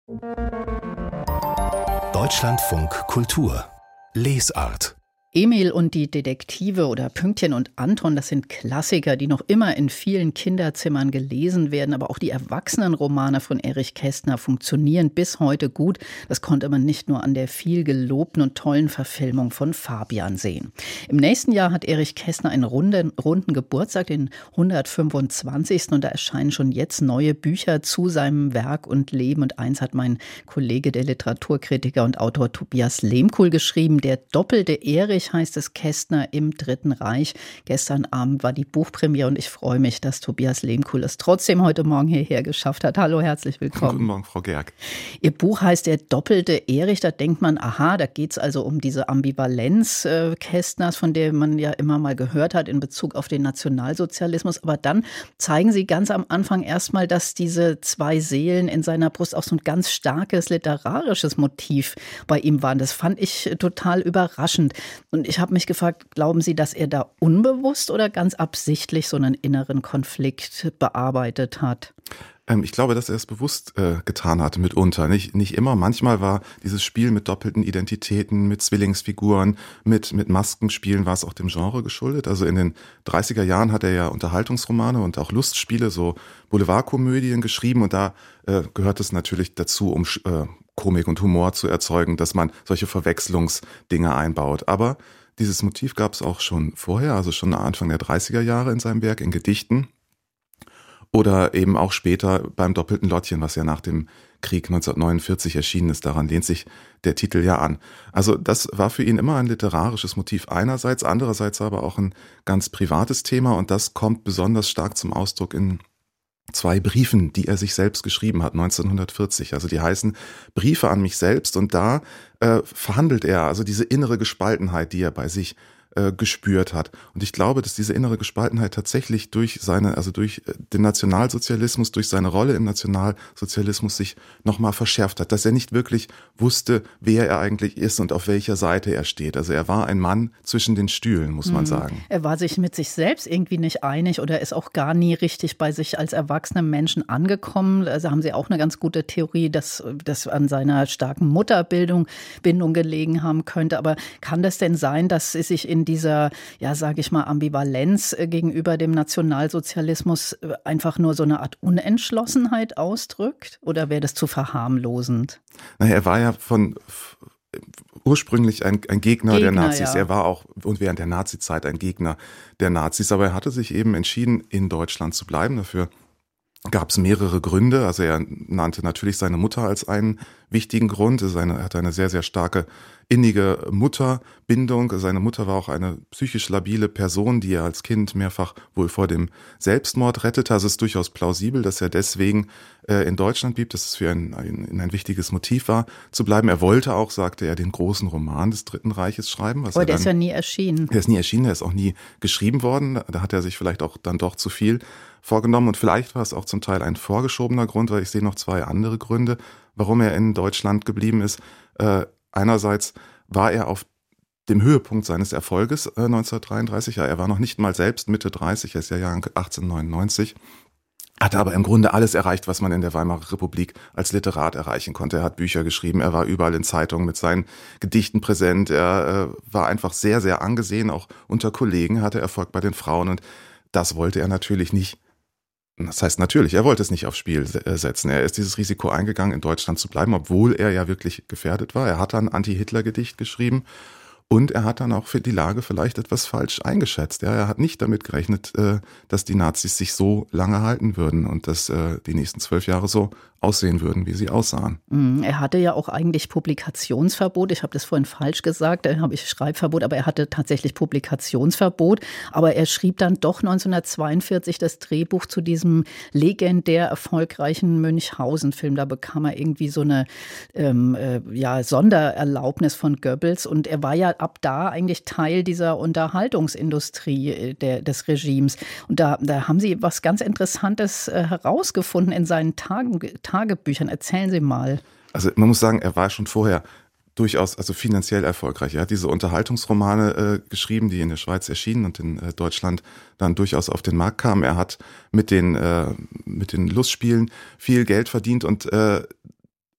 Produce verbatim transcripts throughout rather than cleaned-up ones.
Deutschlandfunk Kultur Lesart. Emil und die Detektive oder Pünktchen und Anton, das sind Klassiker, die noch immer in vielen Kinderzimmern gelesen werden. Aber auch die Erwachsenenromane von Erich Kästner funktionieren bis heute gut. Das konnte man nicht nur an der viel gelobten und tollen Verfilmung von Fabian sehen. Im nächsten Jahr hat Erich Kästner einen runden, runden Geburtstag, den hundertfünfundzwanzigsten Und da erscheinen schon jetzt neue Bücher zu seinem Werk und Leben. Und eins hat mein Kollege, der Literaturkritiker und Autor Tobias Lehmkuhl geschrieben, Der doppelte Erich heißt es, Kästner im Dritten Reich. Gestern Abend war die Buchpremiere und ich freue mich, dass Tobias Lehmkuhl es trotzdem heute Morgen hierher geschafft hat. Hallo, herzlich willkommen. Guten Morgen, Frau Gerg. Ihr Buch heißt Der doppelte Erich. Da denkt man, aha, da geht es also um diese Ambivalenz äh, Kästners, von der man ja immer mal gehört hat in Bezug auf den Nationalsozialismus. Aber dann zeigen Sie ganz am Anfang erstmal, dass diese zwei Seelen in seiner Brust auch so ein ganz starkes literarisches Motiv bei ihm waren. Das fand ich total überraschend. Und ich habe mich gefragt, glauben Sie, dass er da unbewusst oder ganz absichtlich so einen inneren Konflikt bearbeitet hat? Ähm, ich glaube, dass er es bewusst äh, getan hat, mitunter. Nicht, nicht immer. Manchmal war dieses Spiel mit doppelten Identitäten, mit Zwillingsfiguren, mit, mit Maskenspielen, war es auch dem Genre geschuldet. Also in den dreißiger Jahren hat er ja Unterhaltungsromane und auch Lustspiele, so Boulevardkomödien geschrieben. Und da äh, gehört es natürlich dazu, um äh, Komik und Humor zu erzeugen, dass man solche Verwechslungsdinge einbaut. Aber dieses Motiv gab es auch schon vorher, also schon Anfang der dreißiger Jahre in seinem Werk, in Gedichten. Oder eben auch später beim Doppelten Lottchen, was ja nach dem Krieg neunzehnhundertneunundvierzig erschienen ist. Daran lehnt sich der Titel ja an. Also das war für ihn immer ein literarisches Motiv einerseits, andererseits aber auch ein ganz privates Thema. Und das kommt besonders stark zum Ausdruck in zwei Briefen, die er sich selbst geschrieben hat, neunzehnhundertvierzig. Also die heißen Briefe an mich selbst. Und da äh, verhandelt er also diese innere Gespaltenheit, die er bei sich äh, gespürt hat. Und ich glaube, dass diese innere Gespaltenheit tatsächlich durch seine, also durch den Nationalsozialismus, durch seine Rolle im Nationalsozialismus sich nochmal verschärft hat, dass er nicht wirklich wusste, wer er eigentlich ist und auf welcher Seite er steht. Also er war ein Mann zwischen den Stühlen, muss man sagen. Er war sich mit sich selbst irgendwie nicht einig oder ist auch gar nie richtig bei sich als erwachsenem Menschen angekommen. Also haben Sie auch eine ganz gute Theorie, dass das an seiner starken Mutterbildung Bindung gelegen haben könnte. Aber kann das denn sein, dass Sie sich in dieser, ja, sage ich mal, Ambivalenz gegenüber dem Nationalsozialismus einfach nur so eine Art Unentschlossenheit ausdrückt? Oder wäre das zu verharmlosend? Naja, er war ja von ursprünglich ein, ein Gegner, Gegner der Nazis. Ja. Er war auch und während der Nazizeit ein Gegner der Nazis. Aber er hatte sich eben entschieden, in Deutschland zu bleiben. Dafür gab es mehrere Gründe. Also er nannte natürlich seine Mutter als einen wichtigen Grund. Seine, er hatte eine sehr, sehr starke innige Mutterbindung. Seine Mutter war auch eine psychisch labile Person, die er als Kind mehrfach wohl vor dem Selbstmord rettete. Also es ist durchaus plausibel, dass er deswegen äh, in Deutschland blieb, dass es für ihn ein, ein, ein wichtiges Motiv war, zu bleiben. Er wollte auch, sagte er, den großen Roman des Dritten Reiches schreiben. Was Aber er der dann, ist ja nie erschienen. Der ist nie erschienen, der ist auch nie geschrieben worden. Da hat er sich vielleicht auch dann doch zu viel vorgenommen und vielleicht war es auch zum Teil ein vorgeschobener Grund, weil ich sehe noch zwei andere Gründe, warum er in Deutschland geblieben ist. Äh, einerseits war er auf dem Höhepunkt seines Erfolges äh, neunzehnhundertdreiunddreißig, ja, er war noch nicht mal selbst Mitte dreißig, er ist ja Jahrgang achtzehnhundertneunundneunzig, hatte aber im Grunde alles erreicht, was man in der Weimarer Republik als Literat erreichen konnte. Er hat Bücher geschrieben, er war überall in Zeitungen mit seinen Gedichten präsent, er äh, war einfach sehr, sehr angesehen, auch unter Kollegen, hatte Erfolg bei den Frauen und das wollte er natürlich nicht. Das heißt natürlich, er wollte es nicht aufs Spiel setzen. Er ist dieses Risiko eingegangen, in Deutschland zu bleiben, obwohl er ja wirklich gefährdet war. Er hat ein Anti-Hitler-Gedicht geschrieben und er hat dann auch für die Lage vielleicht etwas falsch eingeschätzt. Ja, er hat nicht damit gerechnet, dass die Nazis sich so lange halten würden und dass die nächsten zwölf Jahre so aussehen würden, wie sie aussahen. Er hatte ja auch eigentlich Publikationsverbot. Ich habe das vorhin falsch gesagt, da habe ich Schreibverbot, aber er hatte tatsächlich Publikationsverbot. Aber er schrieb dann doch neunzehnhundertzweiundvierzig das Drehbuch zu diesem legendär erfolgreichen Münchhausen-Film. Da bekam er irgendwie so eine ähm, äh, ja, Sondererlaubnis von Goebbels und er war ja ab da eigentlich Teil dieser Unterhaltungsindustrie der, des Regimes. Und da, da haben Sie was ganz Interessantes äh, herausgefunden in seinen Tagen, Tagebüchern. Erzählen Sie mal. Also man muss sagen, er war schon vorher durchaus also finanziell erfolgreich. Er hat diese Unterhaltungsromane äh, geschrieben, die in der Schweiz erschienen und in äh, Deutschland dann durchaus auf den Markt kamen. Er hat mit den, äh, mit den Lustspielen viel Geld verdient und äh,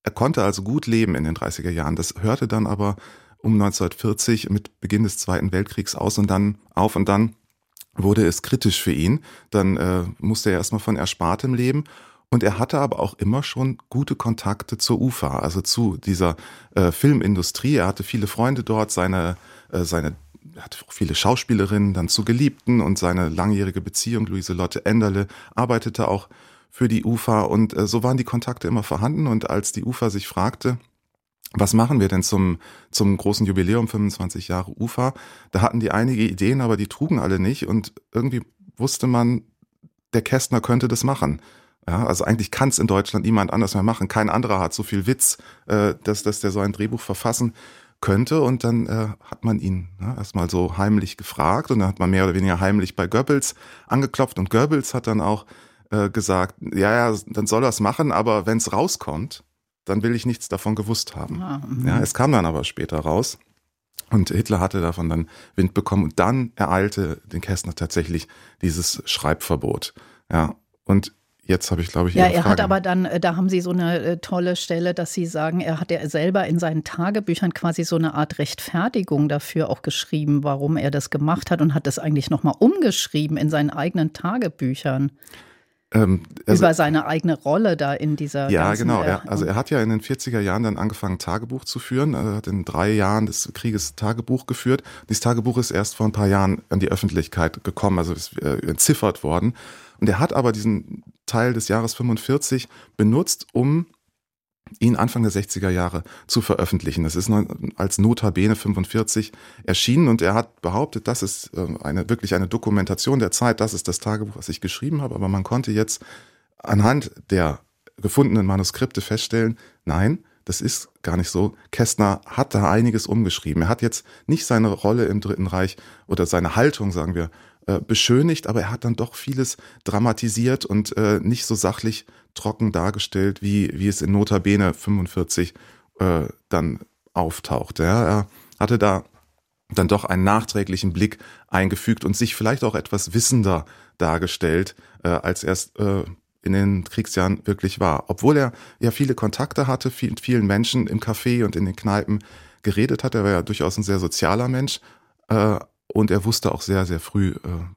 er konnte also gut leben in den dreißiger Jahren. Das hörte dann aber um neunzehnhundertvierzig mit Beginn des Zweiten Weltkriegs aus und dann auf und dann wurde es kritisch für ihn. Dann äh, musste er erstmal von Erspartem leben. Und er hatte aber auch immer schon gute Kontakte zur U F A, also zu dieser äh, Filmindustrie. Er hatte viele Freunde dort, seine, äh, seine, er hatte auch viele Schauspielerinnen, dann zu Geliebten und seine langjährige Beziehung, Luise-Lotte Enderle, arbeitete auch für die U F A und äh, so waren die Kontakte immer vorhanden. Und als die U F A sich fragte, was machen wir denn zum, zum großen Jubiläum, fünfundzwanzig Jahre U F A, da hatten die einige Ideen, aber die trugen alle nicht und irgendwie wusste man, der Kästner könnte das machen. Ja, also eigentlich kann es in Deutschland niemand anders mehr machen. Kein anderer hat so viel Witz, äh, dass, dass der so ein Drehbuch verfassen könnte. Und dann äh, hat man ihn ne, erstmal so heimlich gefragt und dann hat man mehr oder weniger heimlich bei Goebbels angeklopft. Und Goebbels hat dann auch äh, gesagt, ja, ja, dann soll er es machen, aber wenn es rauskommt, dann will ich nichts davon gewusst haben. Ah, ja, es kam dann aber später raus. Und Hitler hatte davon dann Wind bekommen. Und dann ereilte den Kästner tatsächlich dieses Schreibverbot. Ja, und jetzt habe ich, glaube ich, Ja, Ihre er Frage. hat aber dann, da haben Sie so eine äh, tolle Stelle, dass Sie sagen, er hat ja selber in seinen Tagebüchern quasi so eine Art Rechtfertigung dafür auch geschrieben, warum er das gemacht hat und hat das eigentlich nochmal umgeschrieben in seinen eigenen Tagebüchern. Ähm, also, über seine eigene Rolle da in dieser Ja, ganzen, genau. Er, also er hat ja in den vierziger Jahren dann angefangen, Tagebuch zu führen. Er hat in drei Jahren des Krieges Tagebuch geführt. Dieses Tagebuch ist erst vor ein paar Jahren an die Öffentlichkeit gekommen, also ist äh, entziffert worden. Und er hat aber diesen Teil des Jahres fünfundvierzig benutzt, um ihn Anfang der sechziger Jahre zu veröffentlichen. Das ist als Notabene fünfundvierzig erschienen und er hat behauptet, das ist eine, wirklich eine Dokumentation der Zeit, das ist das Tagebuch, was ich geschrieben habe, aber man konnte jetzt anhand der gefundenen Manuskripte feststellen, nein, das ist gar nicht so. Kästner hat da einiges umgeschrieben. Er hat jetzt nicht seine Rolle im Dritten Reich oder seine Haltung, sagen wir, beschönigt, aber er hat dann doch vieles dramatisiert und äh, nicht so sachlich trocken dargestellt, wie, wie es in Notabene fünfundvierzig äh, dann auftaucht. Ja, er hatte da dann doch einen nachträglichen Blick eingefügt und sich vielleicht auch etwas wissender dargestellt, äh, als er es äh, in den Kriegsjahren wirklich war. Obwohl er ja viele Kontakte hatte, viel, vielen Menschen im Café und in den Kneipen geredet hat. Er war ja durchaus ein sehr sozialer Mensch, äh, und er wusste auch sehr, sehr früh,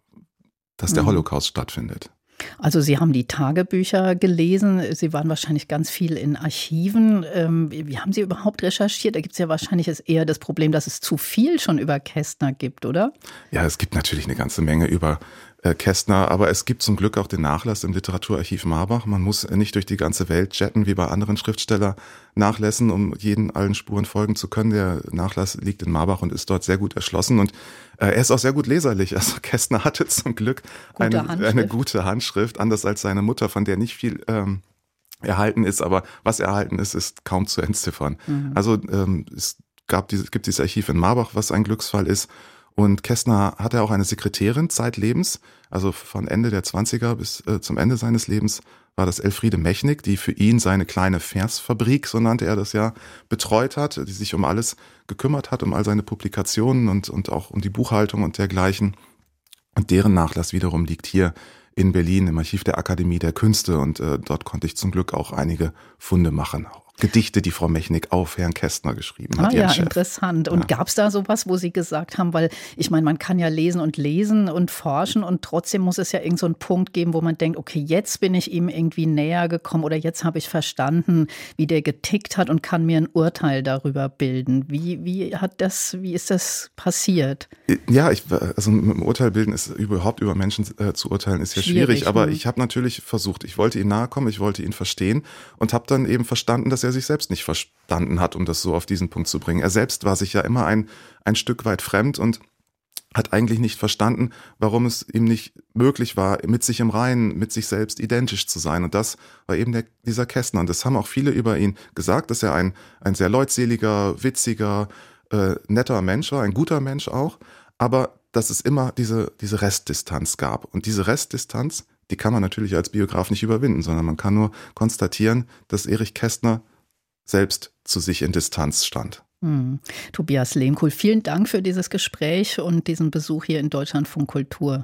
dass der Holocaust mhm. stattfindet. Also Sie haben die Tagebücher gelesen, Sie waren wahrscheinlich ganz viel in Archiven. Wie haben Sie überhaupt recherchiert? Da gibt es ja wahrscheinlich eher das Problem, dass es zu viel schon über Kästner gibt, oder? Ja, es gibt natürlich eine ganze Menge über Kästner, aber es gibt zum Glück auch den Nachlass im Literaturarchiv Marbach. Man muss nicht durch die ganze Welt jetten wie bei anderen Schriftstellernachlässen, um jeden allen Spuren folgen zu können. Der Nachlass liegt in Marbach und ist dort sehr gut erschlossen und äh, er ist auch sehr gut leserlich. Also Kästner hatte zum Glück eine, eine gute Handschrift, anders als seine Mutter, von der nicht viel ähm, erhalten ist, aber was erhalten ist, ist kaum zu entziffern. Mhm. Also ähm, es gab dieses, gibt dieses Archiv in Marbach, was ein Glücksfall ist. Und Kästner hatte auch eine Sekretärin zeitlebens, also von Ende der zwanziger bis äh, zum Ende seines Lebens war das Elfriede Mechnick, die für ihn seine kleine Versfabrik, so nannte er das ja, betreut hat, die sich um alles gekümmert hat, um all seine Publikationen und, und auch um die Buchhaltung und dergleichen. Und deren Nachlass wiederum liegt hier in Berlin im Archiv der Akademie der Künste und äh, dort konnte ich zum Glück auch einige Funde machen. Gedichte, die Frau Mechnick auf Herrn Kästner geschrieben hat. Ah ja, interessant. Und ja. Gab es da sowas, wo Sie gesagt haben, weil ich meine, man kann ja lesen und lesen und forschen und trotzdem muss es ja irgend so einen Punkt geben, wo man denkt, okay, jetzt bin ich ihm irgendwie näher gekommen oder jetzt habe ich verstanden, wie der getickt hat und kann mir ein Urteil darüber bilden. Wie, wie hat das, wie ist das passiert? Ja, ich, also mit dem Urteil bilden ist überhaupt über Menschen äh, zu urteilen ist ja schwierig, schwierig aber ne? Ich habe natürlich versucht, ich wollte ihm nahe kommen, ich wollte ihn verstehen und habe dann eben verstanden, dass er sich selbst nicht verstanden hat, um das so auf diesen Punkt zu bringen. Er selbst war sich ja immer ein, ein Stück weit fremd und hat eigentlich nicht verstanden, warum es ihm nicht möglich war, mit sich im Reinen, mit sich selbst identisch zu sein. Und das war eben der, dieser Kästner. Und das haben auch viele über ihn gesagt, dass er ein, ein sehr leutseliger, witziger, äh, netter Mensch war, ein guter Mensch auch, aber dass es immer diese, diese Restdistanz gab. Und diese Restdistanz, die kann man natürlich als Biograf nicht überwinden, sondern man kann nur konstatieren, dass Erich Kästner selbst zu sich in Distanz stand. Hm. Tobias Lehmkuhl, vielen Dank für dieses Gespräch und diesen Besuch hier in Deutschlandfunk Kultur.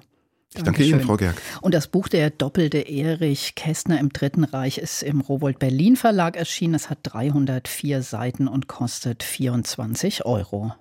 Ich danke Ihnen, Frau Gerg. Und das Buch Der doppelte Erich Kästner im Dritten Reich ist im Rowohlt Berlin Verlag erschienen. Es hat dreihundertvier Seiten und kostet vierundzwanzig Euro.